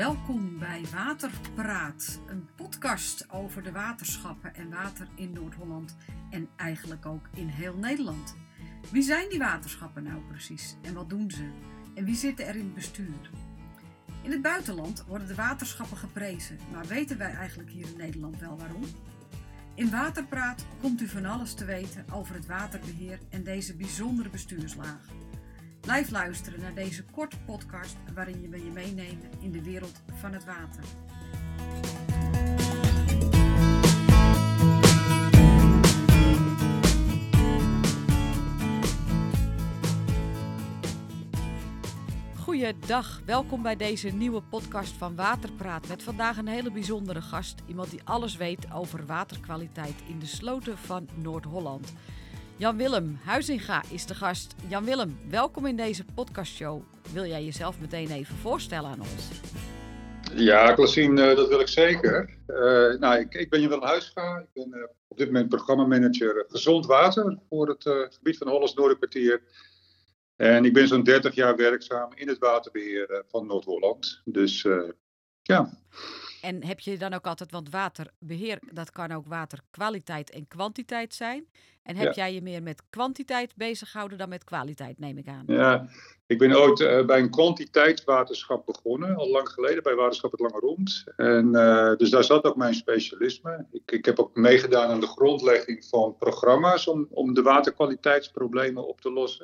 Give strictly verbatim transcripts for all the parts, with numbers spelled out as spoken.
Welkom bij Waterpraat, een podcast over de waterschappen en water in Noord-Holland en eigenlijk ook in heel Nederland. Wie zijn die waterschappen nou precies en wat doen ze? En wie zitten er in het bestuur? In het buitenland worden de waterschappen geprezen, maar weten wij eigenlijk hier in Nederland wel waarom? In Waterpraat komt u van alles te weten over het waterbeheer en deze bijzondere bestuurslaag. Blijf luisteren naar deze korte podcast waarin we je meenemen in de wereld van het water. Goeiedag, welkom bij deze nieuwe podcast van Waterpraat met vandaag een hele bijzondere gast. Iemand die alles weet over waterkwaliteit in de sloten van Noord-Holland. Jan-Willem Huizinga is de gast. Jan-Willem, welkom in deze podcastshow. Wil jij jezelf meteen even voorstellen aan ons? Ja, Klaasien, uh, dat wil ik zeker. Uh, nou, ik, ik ben Jan-Willem Huizinga. Ik ben uh, op dit moment programmamanager uh, Gezond Water voor het uh, gebied van Hollands Noorderkwartier. En ik ben zo'n dertig jaar werkzaam in het waterbeheer uh, van Noord-Holland. Dus uh, ja... En heb je dan ook altijd, want waterbeheer, dat kan ook waterkwaliteit en kwantiteit zijn. En heb ja. jij je meer met kwantiteit bezig gehouden dan met kwaliteit, neem ik aan? Ja, ik ben ooit uh, bij een kwantiteitswaterschap begonnen, al lang geleden, bij Waterschap het Lange Rond. En uh, dus daar zat ook mijn specialisme. Ik, ik heb ook meegedaan aan de grondlegging van programma's om, om de waterkwaliteitsproblemen op te lossen.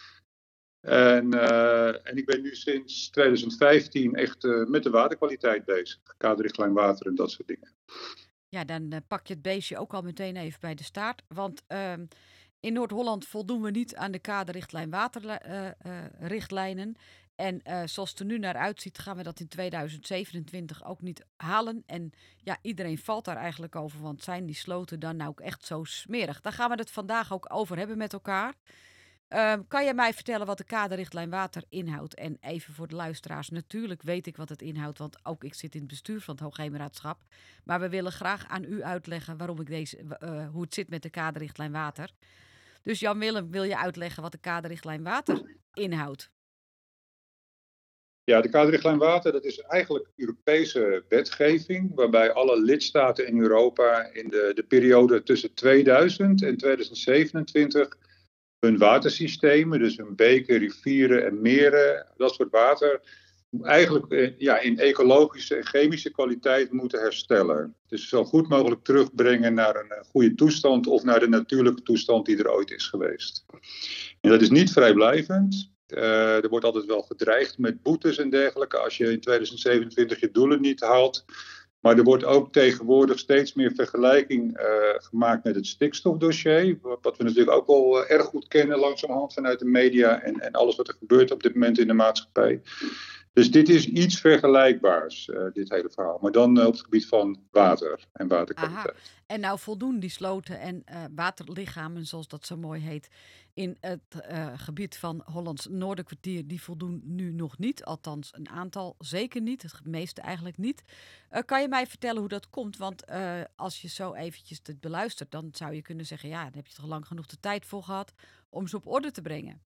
En, uh, en ik ben nu sinds twintig vijftien echt uh, met de waterkwaliteit bezig. Kaderrichtlijn water en dat soort dingen. Ja, dan uh, pak je het beestje ook al meteen even bij de staart. Want uh, in Noord-Holland voldoen we niet aan de kaderrichtlijn waterrichtlijnen. Uh, uh, en uh, zoals het er nu naar uitziet, gaan we dat in tweeduizend zevenentwintig ook niet halen. En ja, iedereen valt daar eigenlijk over. Want zijn die sloten dan nou ook echt zo smerig? Daar gaan we het vandaag ook over hebben met elkaar. Uh, kan je mij vertellen wat de kaderrichtlijn water inhoudt? En even voor de luisteraars, natuurlijk weet ik wat het inhoudt, want ook ik zit in het bestuur van het Hoogheemraadschap. Maar we willen graag aan u uitleggen waarom ik deze, uh, hoe het zit met de kaderrichtlijn water. Dus Jan-Willem, wil je uitleggen wat de kaderrichtlijn water inhoudt? Ja, de kaderrichtlijn water, dat is eigenlijk Europese wetgeving, waarbij alle lidstaten in Europa in de, de periode tussen tweeduizend en tweeduizend zevenentwintig... hun watersystemen, dus hun beken, rivieren en meren, dat soort water, eigenlijk ja, in ecologische en chemische kwaliteit moeten herstellen. Dus zo goed mogelijk terugbrengen naar een goede toestand of naar de natuurlijke toestand die er ooit is geweest. En dat is niet vrijblijvend. Uh, er wordt altijd wel gedreigd met boetes en dergelijke als je in tweeduizend zevenentwintig je doelen niet haalt. Maar er wordt ook tegenwoordig steeds meer vergelijking uh, gemaakt met het stikstofdossier. Wat we natuurlijk ook wel uh, erg goed kennen langzamerhand vanuit de media en, en alles wat er gebeurt op dit moment in de maatschappij. Dus dit is iets vergelijkbaars, uh, dit hele verhaal. Maar dan uh, op het gebied van water en waterkwaliteit. Aha. En nou voldoen die sloten en uh, waterlichamen, zoals dat zo mooi heet, in het uh, gebied van Hollands Noorderkwartier, die voldoen nu nog niet. Althans, een aantal zeker niet, het meeste eigenlijk niet. Uh, kan je mij vertellen hoe dat komt? Want uh, als je zo eventjes dit beluistert, dan zou je kunnen zeggen, ja, dan heb je toch lang genoeg de tijd voor gehad om ze op orde te brengen.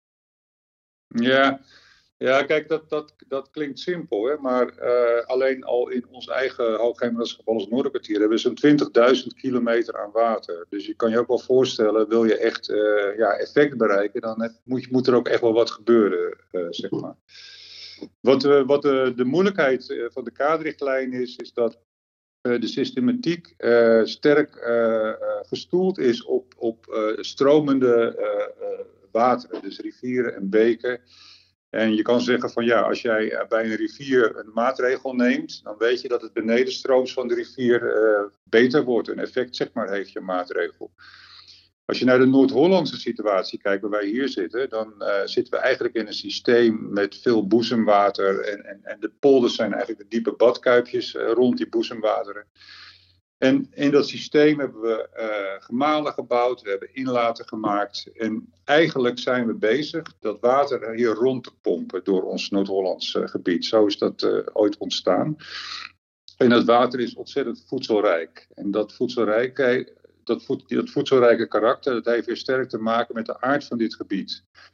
Ja... Ja, kijk, dat, dat, dat klinkt simpel, hè? Maar uh, alleen al in ons eigen Hoogheemraadschap Hollands Noorderkwartier hebben we zo'n twintigduizend kilometer aan water. Dus je kan je ook wel voorstellen, wil je echt uh, ja, effect bereiken, dan heb, moet, moet er ook echt wel wat gebeuren, uh, zeg maar. Wat, uh, wat uh, de moeilijkheid uh, van de kaderrichtlijn is, is dat uh, de systematiek uh, sterk uh, uh, gestoeld is op, op uh, stromende uh, uh, wateren, dus rivieren en beken. En je kan zeggen van ja, als jij bij een rivier een maatregel neemt, dan weet je dat het benedenstrooms van de rivier uh, beter wordt. Een effect, zeg maar, heeft je maatregel. Als je naar de Noord-Hollandse situatie kijkt, waar wij hier zitten, dan uh, zitten we eigenlijk in een systeem met veel boezemwater. En, en, en de polders zijn eigenlijk de diepe badkuipjes uh, rond die boezemwateren. En in dat systeem hebben we uh, gemalen gebouwd, we hebben inlaten gemaakt. En eigenlijk zijn we bezig dat water hier rond te pompen door ons Noord-Hollands uh, gebied. Zo is dat uh, ooit ontstaan. En dat water is ontzettend voedselrijk. En dat voedselrijke, dat, voed, dat voedselrijke karakter, dat heeft weer sterk te maken met de aard van dit gebied.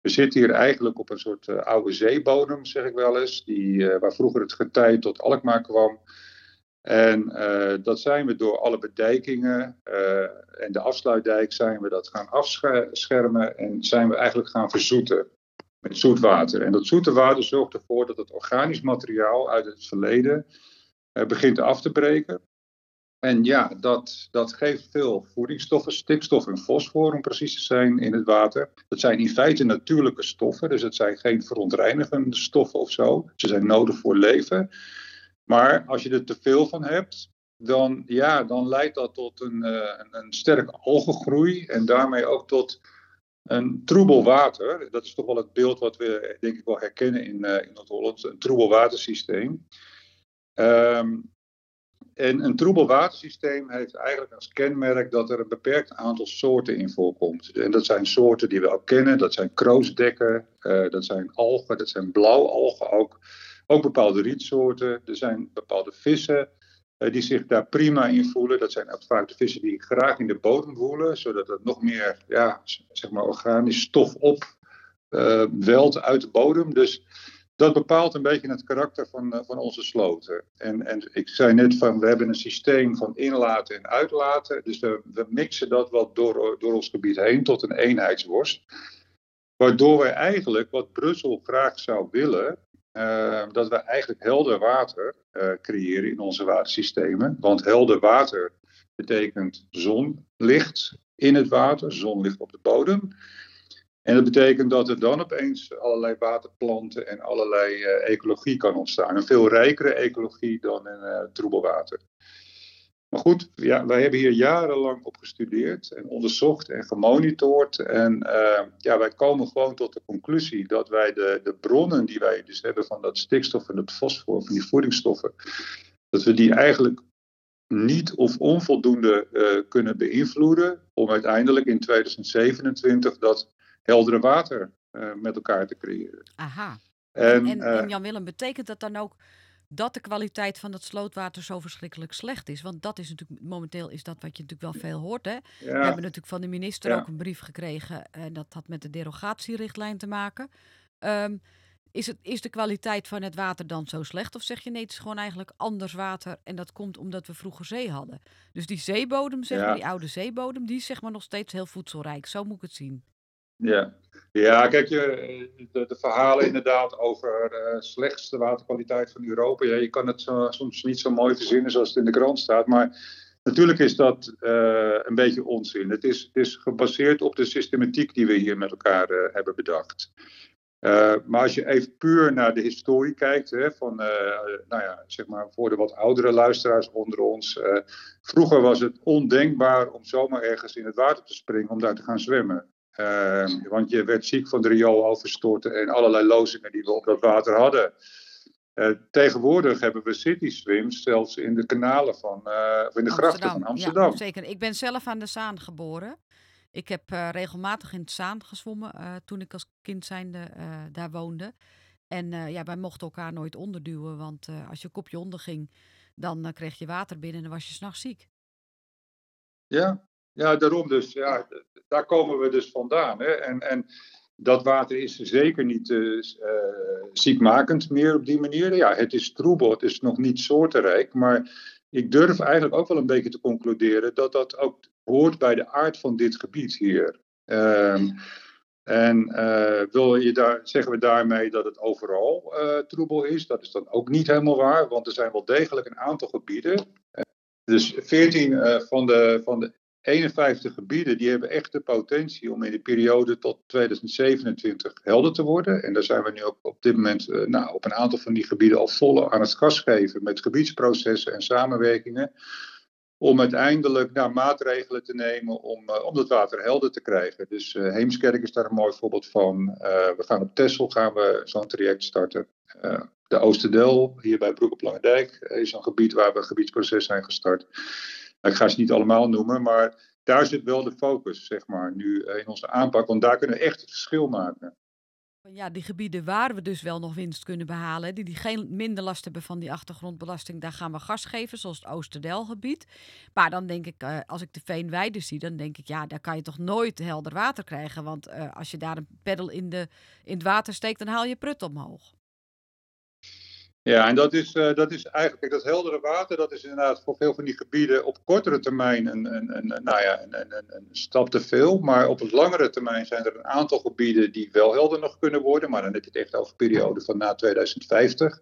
We zitten hier eigenlijk op een soort uh, oude zeebodem, zeg ik wel eens, die, uh, waar vroeger het getij tot Alkmaar kwam. En uh, dat zijn we door alle bedijkingen uh, en de afsluitdijk zijn we dat gaan afschermen en zijn we eigenlijk gaan verzoeten met zoet water. En dat zoete water zorgt ervoor dat het organisch materiaal uit het verleden uh, begint af te breken. En ja, dat, dat geeft veel voedingsstoffen, stikstof en fosfor om precies te zijn in het water. Dat zijn in feite natuurlijke stoffen, dus het zijn geen verontreinigende stoffen of zo. Ze zijn nodig voor leven. Maar als je er te veel van hebt, dan, ja, dan leidt dat tot een, uh, een, een sterk algengroei en daarmee ook tot een troebel water. Dat is toch wel het beeld wat we denk ik wel herkennen in, uh, in Noord-Holland, een troebel watersysteem. Um, En een troebel watersysteem heeft eigenlijk als kenmerk dat er een beperkt aantal soorten in voorkomt. En dat zijn soorten die we al kennen, dat zijn kroosdekken, uh, dat zijn algen, dat zijn blauwalgen ook. Ook bepaalde rietsoorten, er zijn bepaalde vissen uh, die zich daar prima in voelen. Dat zijn vaak de vissen die graag in de bodem voelen, zodat het nog meer ja, zeg maar organisch stof opwelt uh, uit de bodem. Dus dat bepaalt een beetje het karakter van, uh, van onze sloten. En, en ik zei net van, we hebben een systeem van inlaten en uitlaten. Dus we, we mixen dat wat door, door ons gebied heen tot een eenheidsworst. Waardoor wij eigenlijk, wat Brussel graag zou willen, uh, dat we eigenlijk helder water uh, creëren in onze watersystemen. Want helder water betekent zonlicht in het water, zonlicht op de bodem. En dat betekent dat er dan opeens allerlei waterplanten en allerlei uh, ecologie kan ontstaan. Een veel rijkere ecologie dan in uh, troebelwater. Maar goed, ja, wij hebben hier jarenlang op gestudeerd en onderzocht en gemonitord. En uh, ja, wij komen gewoon tot de conclusie dat wij de, de bronnen die wij dus hebben van dat stikstof en dat fosfor, van die voedingsstoffen, dat we die eigenlijk niet of onvoldoende uh, kunnen beïnvloeden om uiteindelijk in tweeduizend zevenentwintig dat heldere water uh, met elkaar te creëren. Aha. En, en, en, uh, en Jan-Willem, betekent dat dan ook dat de kwaliteit van het slootwater zo verschrikkelijk slecht is? Want dat is natuurlijk, momenteel is dat wat je natuurlijk wel veel hoort. Hè? Ja. We hebben natuurlijk van de minister ja. ook een brief gekregen en dat had met de derogatierichtlijn te maken. Um, is, het, is de kwaliteit van het water dan zo slecht? Of zeg je nee, het is gewoon eigenlijk anders water en dat komt omdat we vroeger zee hadden? Dus die zeebodem, zeg ja. maar, die oude zeebodem, die is zeg maar nog steeds heel voedselrijk. Zo moet ik het zien. Ja, ja kijk, je, de, de verhalen inderdaad over de slechtste waterkwaliteit van Europa. Ja, je kan het zo, soms niet zo mooi verzinnen zoals het in de krant staat. Maar natuurlijk is dat uh, een beetje onzin. Het is, het is gebaseerd op de systematiek die we hier met elkaar uh, hebben bedacht. Uh, maar als je even puur naar de historie kijkt, hè, van, uh, nou ja, zeg maar voor de wat oudere luisteraars onder ons. Uh, vroeger was het ondenkbaar om zomaar ergens in het water te springen om daar te gaan zwemmen. Uh, want je werd ziek van de riooloverstorten en allerlei lozingen die we op dat water hadden. Uh, tegenwoordig hebben we city swims zelfs in de kanalen van, uh, of in de grachten van Amsterdam. Ja, zeker. Ik ben zelf aan de Zaan geboren. Ik heb uh, regelmatig in het Zaan gezwommen uh, toen ik als kind zijnde uh, daar woonde. En uh, ja, wij mochten elkaar nooit onderduwen, want uh, als je kopje onder ging, dan uh, kreeg je water binnen en dan was je 's nachts ziek. Ja, ja, daarom dus. Ja, daar komen we dus vandaan. Hè. En, en dat water is zeker niet uh, uh, ziekmakend meer op die manier. Ja, het is troebel, het is nog niet soortenrijk, maar ik durf eigenlijk ook wel een beetje te concluderen dat dat ook hoort bij de aard van dit gebied hier. Um, en uh, wil je daar, zeggen we daarmee dat het overal uh, troebel is? Dat is dan ook niet helemaal waar, want er zijn wel degelijk een aantal gebieden. Uh, dus veertien uh, van, de, van de eenenvijftig gebieden, die hebben echt de potentie om in de periode tot tweeduizend zevenentwintig helder te worden. En daar zijn we nu ook op dit moment uh, nou, op een aantal van die gebieden al vol aan het gas geven met gebiedsprocessen en samenwerkingen. Om uiteindelijk nou, maatregelen te nemen om, uh, om dat water helder te krijgen. Dus uh, Heemskerk is daar een mooi voorbeeld van. Uh, we gaan op Texel gaan we zo'n traject starten. Uh, de Oosterdel, hier bij Broek op Langendijk, is een gebied waar we een gebiedsproces zijn gestart. Ik ga ze niet allemaal noemen, maar daar zit wel de focus, zeg maar, nu uh, in onze aanpak. Want daar kunnen we echt het verschil maken. Ja, die gebieden waar we dus wel nog winst kunnen behalen, die, die geen minder last hebben van die achtergrondbelasting, daar gaan we gas geven, zoals het Oosterdelgebied. Maar dan denk ik, eh, als ik de Veenweide zie, dan denk ik, ja, daar kan je toch nooit helder water krijgen. Want eh, als je daar een peddel in, de, in het water steekt, dan haal je prut omhoog. Ja, en dat is, uh, dat is eigenlijk, kijk, dat heldere water, dat is inderdaad voor veel van die gebieden op kortere termijn een, een, een, nou ja, een, een, een stap te veel. Maar op een langere termijn zijn er een aantal gebieden die wel helder nog kunnen worden. Maar dan heb je het echt over een periode van na tweeduizend vijftig.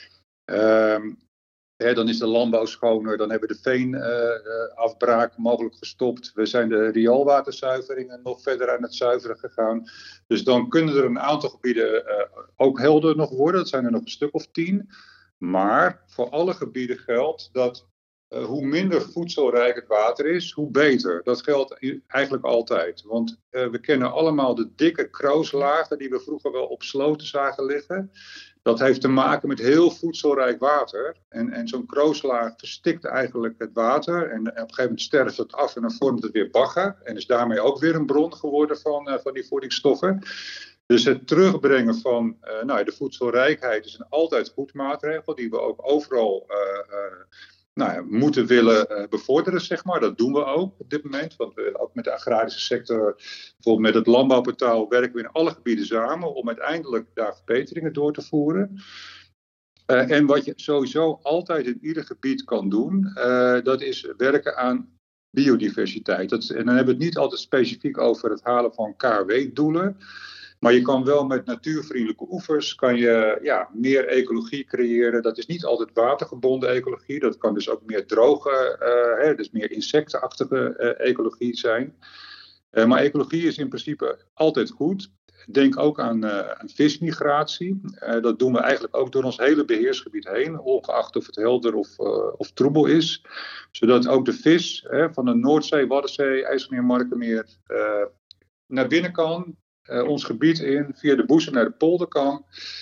Um, He, dan is de landbouw schoner, dan hebben we de veenafbraak uh, mogelijk gestopt. We zijn de rioolwaterzuiveringen nog verder aan het zuiveren gegaan. Dus dan kunnen er een aantal gebieden uh, ook helder nog worden. Dat zijn er nog een stuk of tien. Maar voor alle gebieden geldt dat uh, hoe minder voedselrijk het water is, hoe beter. Dat geldt eigenlijk altijd. Want uh, we kennen allemaal de dikke krooslagen die we vroeger wel op sloten zagen liggen. Dat heeft te maken met heel voedselrijk water. En, en zo'n krooslaag verstikt eigenlijk het water. En op een gegeven moment sterft het af en dan vormt het weer bagger. En is daarmee ook weer een bron geworden van, uh, van die voedingsstoffen. Dus het terugbrengen van uh, nou, de voedselrijkheid is een altijd goed maatregel. Die we ook overal uh, uh, nou ja, moeten willen uh, bevorderen, zeg maar. Dat doen we ook op dit moment. Want we ook met de agrarische sector, bijvoorbeeld met het landbouwportaal, werken we in alle gebieden samen om uiteindelijk daar verbeteringen door te voeren. Uh, en wat je sowieso altijd in ieder gebied kan doen, uh, dat is werken aan biodiversiteit. Dat is, en dan hebben we het niet altijd specifiek over het halen van K R W-doelen. Maar je kan wel met natuurvriendelijke oevers kan je, ja, meer ecologie creëren. Dat is niet altijd watergebonden ecologie. Dat kan dus ook meer droge, uh, hè, dus meer insectenachtige uh, ecologie zijn. Uh, maar ecologie is in principe altijd goed. Denk ook aan, uh, aan vismigratie. Uh, dat doen we eigenlijk ook door ons hele beheersgebied heen. Ongeacht of het helder of, uh, of troebel is. Zodat ook de vis hè, van de Noordzee, Waddenzee, IJsselmeer, Markermeer uh, naar binnen kan. Uh, ons gebied in, via de boezem naar de polder kan.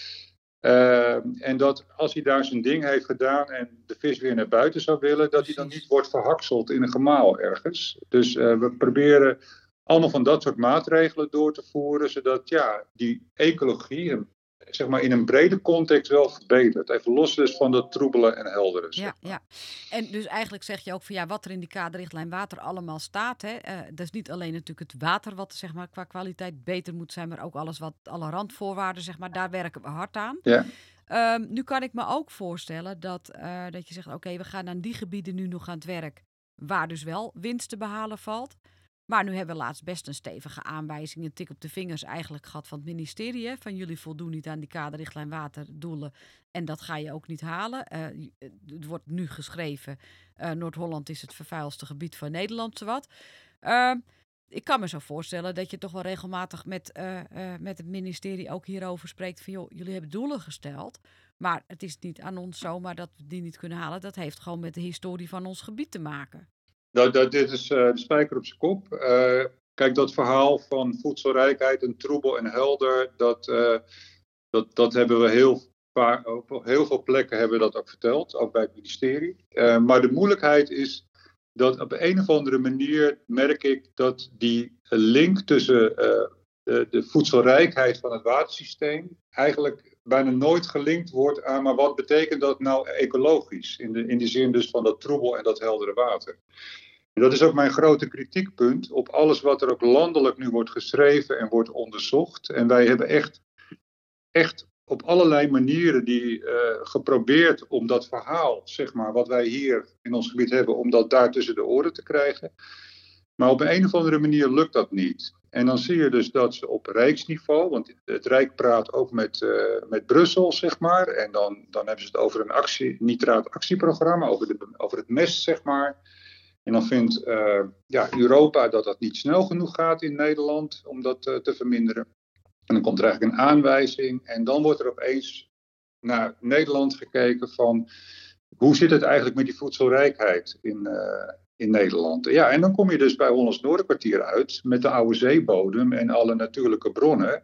Uh, en dat als hij daar zijn ding heeft gedaan en de vis weer naar buiten zou willen, dat hij dan niet wordt verhakseld in een gemaal ergens. Dus uh, we proberen allemaal van dat soort maatregelen door te voeren, zodat ja, die ecologie zeg maar in een brede context wel verbetert. Even los dus van dat troebelen en helderen. Ja, ja. En dus eigenlijk zeg je ook van ja, wat er in die kaderrichtlijn water allemaal staat. Hè, uh, dat is niet alleen natuurlijk het water wat zeg maar qua kwaliteit beter moet zijn, maar ook alles wat alle randvoorwaarden, zeg maar, daar werken we hard aan. Ja. Um, nu kan ik me ook voorstellen dat, uh, dat je zegt, oké, okay, we gaan aan die gebieden nu nog aan het werk, waar dus wel winst te behalen valt. Maar nu hebben we laatst best een stevige aanwijzing, een tik op de vingers eigenlijk gehad van het ministerie. Hè, van jullie voldoen niet aan die kaderrichtlijn waterdoelen en dat ga je ook niet halen. Uh, het wordt nu geschreven, uh, Noord-Holland is het vervuilste gebied van Nederland, zowat. Uh, ik kan me zo voorstellen dat je toch wel regelmatig met, uh, uh, met het ministerie ook hierover spreekt van joh, jullie hebben doelen gesteld. Maar het is niet aan ons zomaar dat we die niet kunnen halen. Dat heeft gewoon met de historie van ons gebied te maken. Nou, dat, dit is uh, de spijker op zijn kop. Uh, kijk, dat verhaal van voedselrijkheid en troebel en helder, dat, uh, dat, dat hebben we heel vaak, op heel veel plekken hebben we dat ook verteld, ook bij het ministerie. Uh, maar de moeilijkheid is dat op een of andere manier merk ik dat die link tussen uh, de, de voedselrijkheid van het watersysteem eigenlijk bijna nooit gelinkt wordt aan, maar wat betekent dat nou ecologisch? In de, in de zin dus van dat troebel en dat heldere water. En dat is ook mijn grote kritiekpunt op alles wat er ook landelijk nu wordt geschreven en wordt onderzocht. En wij hebben echt, echt op allerlei manieren die uh, geprobeerd om dat verhaal, zeg maar, wat wij hier in ons gebied hebben, om dat daar tussen de oren te krijgen. Maar op een of andere manier lukt dat niet. En dan zie je dus dat ze op rijksniveau, want het Rijk praat ook met, uh, met Brussel, zeg maar. En dan, dan hebben ze het over een actie, nitraatactieprogramma, over, de, over het mest, zeg maar. En dan vindt uh, ja, Europa dat dat niet snel genoeg gaat in Nederland om dat uh, te verminderen. En dan komt er eigenlijk een aanwijzing en dan wordt er opeens naar Nederland gekeken van hoe zit het eigenlijk met die voedselrijkheid in, uh, in Nederland. Ja, en dan kom je dus bij Hollands Noorderkwartier uit met de oude zeebodem en alle natuurlijke bronnen.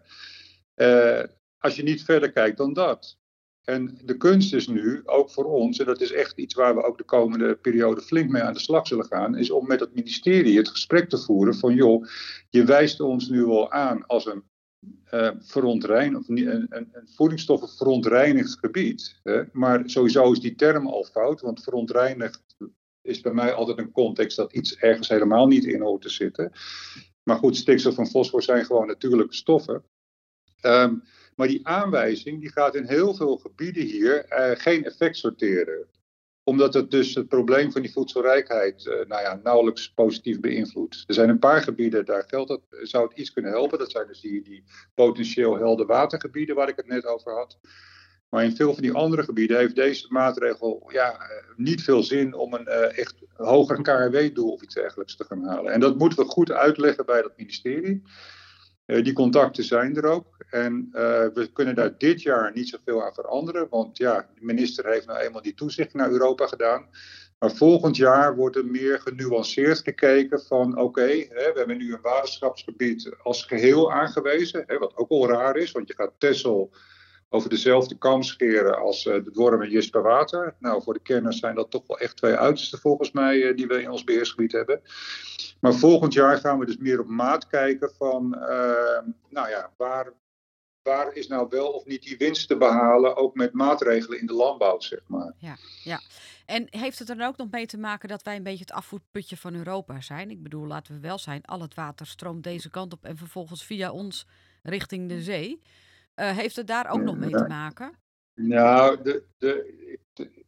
Uh, als je niet verder kijkt dan dat. En de kunst is nu, ook voor ons, en dat is echt iets waar we ook de komende periode flink mee aan de slag zullen gaan, is om met het ministerie het gesprek te voeren van joh, je wijst ons nu wel aan als een uh, verontrein, of niet, een, een, een voedingsstoffen verontreinigd gebied. Hè? Maar sowieso is die term al fout, want verontreinigd is bij mij altijd een context dat iets ergens helemaal niet in hoort te zitten. Maar goed, stikstof en fosfor zijn gewoon natuurlijke stoffen. Um, maar die aanwijzing die gaat in heel veel gebieden hier uh, geen effect sorteren. Omdat het dus het probleem van die voedselrijkheid uh, nou ja, nauwelijks positief beïnvloedt. Er zijn een paar gebieden, daar geldt dat, zou het iets kunnen helpen. Dat zijn dus die, die potentieel helder watergebieden waar ik het net over had. Maar in veel van die andere gebieden heeft deze maatregel ja, niet veel zin om een uh, echt hoger K R W-doel of iets dergelijks te gaan halen. En dat moeten we goed uitleggen bij dat ministerie. Uh, die contacten zijn er ook. En uh, we kunnen daar dit jaar niet zoveel aan veranderen. Want ja, de minister heeft nou eenmaal die toezicht naar Europa gedaan. Maar volgend jaar wordt er meer genuanceerd gekeken van oké, okay, we hebben nu een waterschapsgebied als geheel aangewezen. Hè, wat ook al raar is, want je gaat Texel over dezelfde kam scheren als uh, de Worm en Jisperwater. Nou, voor de kenners zijn dat toch wel echt twee uitersten volgens mij uh, die we in ons beheersgebied hebben. Maar volgend jaar gaan we dus meer op maat kijken van, uh, nou ja, waar, waar is nou wel of niet die winst te behalen, ook met maatregelen in de landbouw, zeg maar. Ja, ja. En heeft het er dan ook nog mee te maken dat wij een beetje het afvoerputje van Europa zijn? Ik bedoel, laten we wel zijn, al het water stroomt deze kant op en vervolgens via ons richting de zee. Uh, heeft het daar ook ja, nog mee ja. te maken? Nou, de, de, de,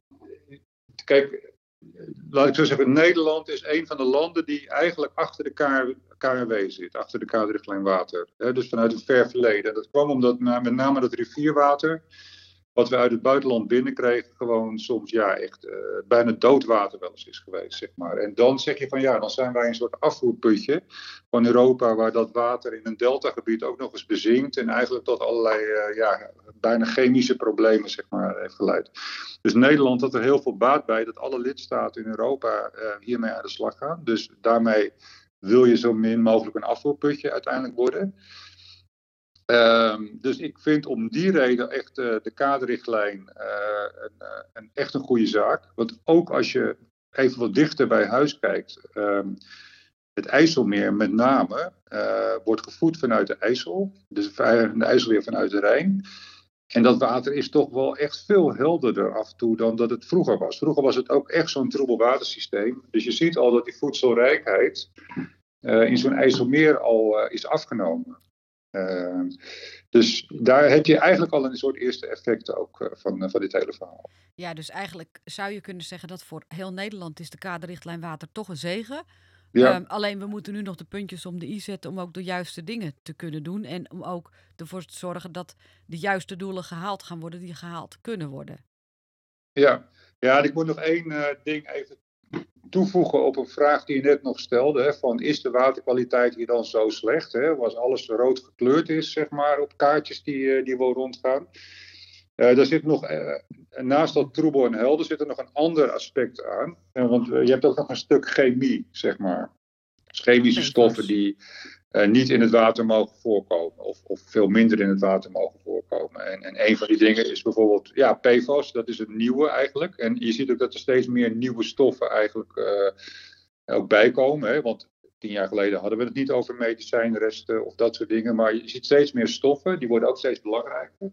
kijk, laat ik zo zeggen, Nederland is een van de landen die eigenlijk achter de K R W zit, achter de kaderrichtlijn water. Hè, dus vanuit het ver verleden. Dat kwam omdat met name dat rivierwater, wat we uit het buitenland binnenkregen, gewoon soms ja echt uh, bijna doodwater wel eens is geweest, zeg maar. En dan zeg je van ja, dan zijn wij een soort afvoerputje van Europa, waar dat water in een deltagebied ook nog eens bezinkt en eigenlijk tot allerlei uh, ja, bijna chemische problemen, zeg maar, heeft geleid. Dus Nederland had er heel veel baat bij dat alle lidstaten in Europa uh, hiermee aan de slag gaan. Dus daarmee wil je zo min mogelijk een afvoerputje uiteindelijk worden. Um, dus ik vind om die reden echt uh, de kaderrichtlijn uh, een, uh, een, echt een goede zaak. Want ook als je even wat dichter bij huis kijkt, um, het IJsselmeer met name uh, wordt gevoed vanuit de IJssel. Dus de IJssel weer vanuit de Rijn. En dat water is toch wel echt veel helderder af en toe dan dat het vroeger was. Vroeger was het ook echt zo'n troebel watersysteem. Dus je ziet al dat die voedselrijkheid uh, in zo'n IJsselmeer al uh, is afgenomen. Uh, dus daar heb je eigenlijk al een soort eerste effecten ook uh, van, uh, van dit hele verhaal. Ja, dus eigenlijk zou je kunnen zeggen dat voor heel Nederland is de kaderrichtlijn water toch een zegen. Ja. Um, alleen we moeten nu nog de puntjes om de i zetten om ook de juiste dingen te kunnen doen. En om ook ervoor te zorgen dat de juiste doelen gehaald gaan worden die gehaald kunnen worden. Ja, ja en ik moet nog één uh, ding even toevoegen op een vraag die je net nog stelde. Hè, van is de waterkwaliteit hier dan zo slecht? Hè? Als alles rood gekleurd is, zeg maar, op kaartjes die, uh, die wel rondgaan. Uh, daar zit nog, uh, naast dat troebel en helder, zit er nog een ander aspect aan. Uh, want uh, je hebt ook nog een stuk chemie, zeg maar. Dus chemische P F A S. stoffen die uh, niet in het water mogen voorkomen. Of, of veel minder in het water mogen voorkomen. En, en een van die dingen is bijvoorbeeld, ja, P F A S, dat is het nieuwe eigenlijk. En je ziet ook dat er steeds meer nieuwe stoffen eigenlijk uh, ook bijkomen. Hè? Want tien jaar geleden hadden we het niet over medicijnresten of dat soort dingen. Maar je ziet steeds meer stoffen, die worden ook steeds belangrijker.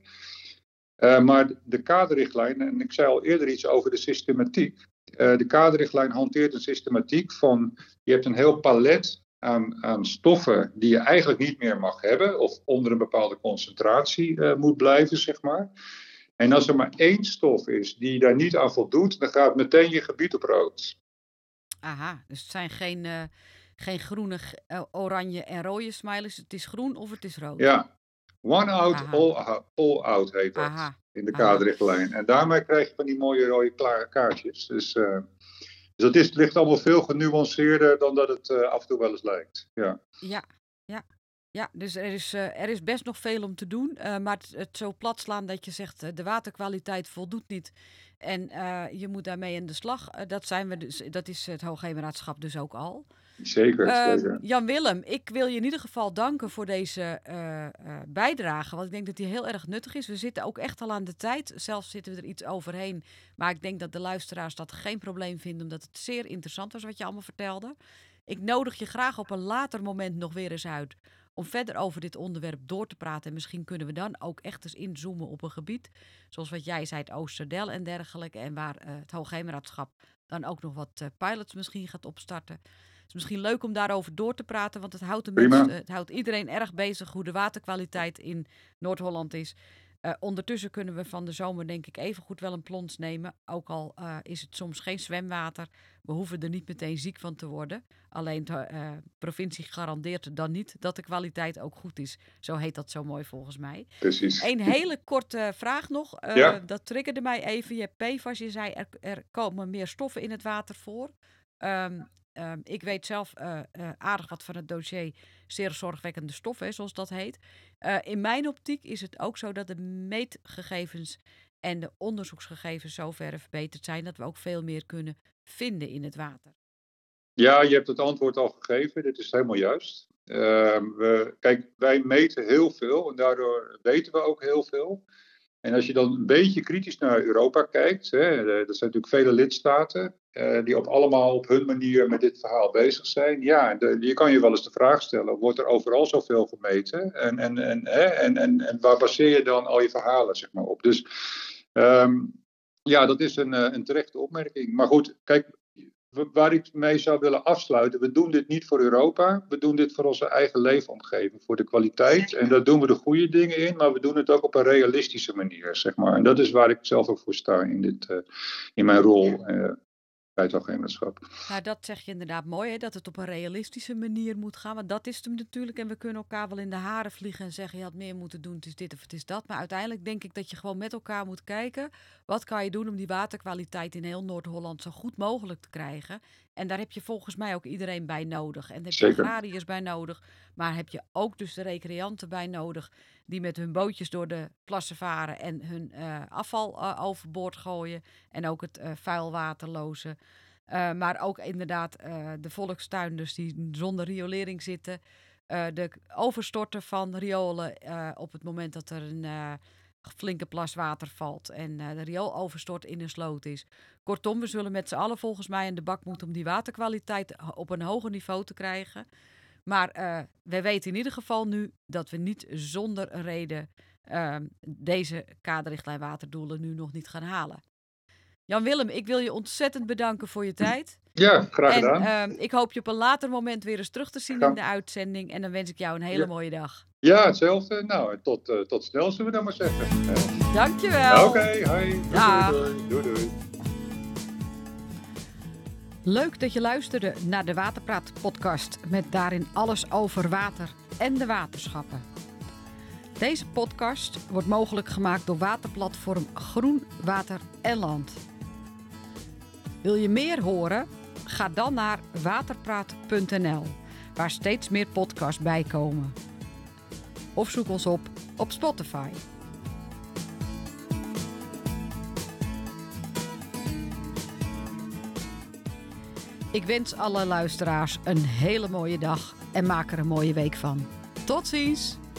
Uh, maar de kaderrichtlijn, en ik zei al eerder iets over de systematiek. Uh, de kaderrichtlijn hanteert een systematiek van, je hebt een heel palet aan, aan stoffen die je eigenlijk niet meer mag hebben. Of onder een bepaalde concentratie uh, moet blijven, zeg maar. En als er maar één stof is die daar niet aan voldoet, dan gaat meteen je gebied op rood. Aha, dus het zijn geen, uh, geen groene, uh, oranje en rode smileys. Het is groen of het is rood. Ja. One out, all, all out heet dat. Aha. In de kaderrichtlijn. En daarmee krijg je van die mooie rode klare kaartjes. Dus, uh, dus dat is, het ligt allemaal veel genuanceerder dan dat het uh, af en toe wel eens lijkt. Ja, ja, ja. Ja, dus er is, uh, er is best nog veel om te doen. Uh, maar het, het zo plat slaan dat je zegt uh, de waterkwaliteit voldoet niet. En uh, je moet daarmee in de slag. Uh, dat, zijn we dus, dat is het Hoogheemraadschap dus ook al. Zeker, uh, zeker. Jan-Willem, ik wil je in ieder geval danken voor deze uh, uh, bijdrage. Want ik denk dat die heel erg nuttig is. We zitten ook echt al aan de tijd. Zelfs zitten we er iets overheen. Maar ik denk dat de luisteraars dat geen probleem vinden. Omdat het zeer interessant was wat je allemaal vertelde. Ik nodig je graag op een later moment nog weer eens uit. om verder over dit onderwerp door te praten. En misschien kunnen we dan ook echt eens inzoomen op een gebied, zoals wat jij zei, het Oosterdel en dergelijke. En waar uh, het Hoogheemraadschap dan ook nog wat uh, pilots misschien gaat opstarten. Het is misschien leuk om daarover door te praten, want het houdt, de mensen, uh, het houdt iedereen erg bezig hoe de waterkwaliteit in Noord-Holland is. Uh, ondertussen kunnen we van de zomer denk ik even goed wel een plons nemen. Ook al uh, is het soms geen zwemwater. We hoeven er niet meteen ziek van te worden. Alleen de uh, provincie garandeert dan niet dat de kwaliteit ook goed is. Zo heet dat zo mooi volgens mij. Precies. Een hele korte vraag nog. Uh, ja. Dat triggerde mij even. Je hebt P F A S, je zei er, er komen meer stoffen in het water voor. Um, Um, ik weet zelf uh, uh, aardig wat van het dossier zeer zorgwekkende stoffen, zoals dat heet. Uh, in mijn optiek is het ook zo dat de meetgegevens en de onderzoeksgegevens zover verbeterd zijn dat we ook veel meer kunnen vinden in het water. Ja, je hebt het antwoord al gegeven. Dit is helemaal juist. Uh, we, kijk, wij meten heel veel en daardoor weten we ook heel veel. En als je dan een beetje kritisch naar Europa kijkt, hè, er zijn natuurlijk vele lidstaten uh, die op allemaal op hun manier met dit verhaal bezig zijn. Ja, de, je kan je wel eens de vraag stellen, wordt er overal zoveel gemeten? En, en, en, hè, en, en, en waar baseer je dan al je verhalen zeg maar, op? Dus um, ja, dat is een, een terechte opmerking. Maar goed, kijk, waar ik mee zou willen afsluiten, we doen dit niet voor Europa, we doen dit voor onze eigen leefomgeving, voor de kwaliteit. En daar doen we de goede dingen in, maar we doen het ook op een realistische manier, zeg maar. En dat is waar ik zelf ook voor sta in, dit, uh, in mijn rol uh, bij het Hoogheemraadschap. Nou, dat zeg je inderdaad mooi, hè, dat het op een realistische manier moet gaan. Want dat is het natuurlijk. En we kunnen elkaar wel in de haren vliegen en zeggen, je had meer moeten doen, het is dit of het is dat. Maar uiteindelijk denk ik dat je gewoon met elkaar moet kijken, wat kan je doen om die waterkwaliteit in heel Noord-Holland zo goed mogelijk te krijgen. En daar heb je volgens mij ook iedereen bij nodig. En daar heb je Zeker. agrariërs bij nodig. Maar heb je ook dus de recreanten bij nodig die met hun bootjes door de plassen varen en hun uh, afval uh, overboord gooien. En ook het uh, vuilwater lozen. Uh, maar ook inderdaad uh, de volkstuinders die zonder riolering zitten. Uh, de overstorten van riolen uh, op het moment dat er een uh, flinke plas water valt. En uh, de riool overstort in een sloot is. Kortom, we zullen met z'n allen volgens mij in de bak moeten om die waterkwaliteit op een hoger niveau te krijgen. Maar uh, we weten in ieder geval nu dat we niet zonder een reden uh, deze kaderrichtlijn waterdoelen nu nog niet gaan halen. Jan-Willem, ik wil je ontzettend bedanken voor je tijd. Ja, graag gedaan. En uh, ik hoop je op een later moment weer eens terug te zien Ga. in de uitzending. En dan wens ik jou een hele ja. mooie dag. Ja, hetzelfde. Nou, tot, uh, tot snel zullen we dan maar zeggen. Uh. Dankjewel. Oké, okay, hoi. Dag. Doei, doei, doei, doei. Leuk dat je luisterde naar de Waterpraat podcast met daarin alles over water en de waterschappen. Deze podcast wordt mogelijk gemaakt door waterplatform Groen, Water en Land. Wil je meer horen? Ga dan naar waterpraat punt n l, waar steeds meer podcasts bij komen. Of zoek ons op op Spotify. Ik wens alle luisteraars een hele mooie dag en maak er een mooie week van. Tot ziens!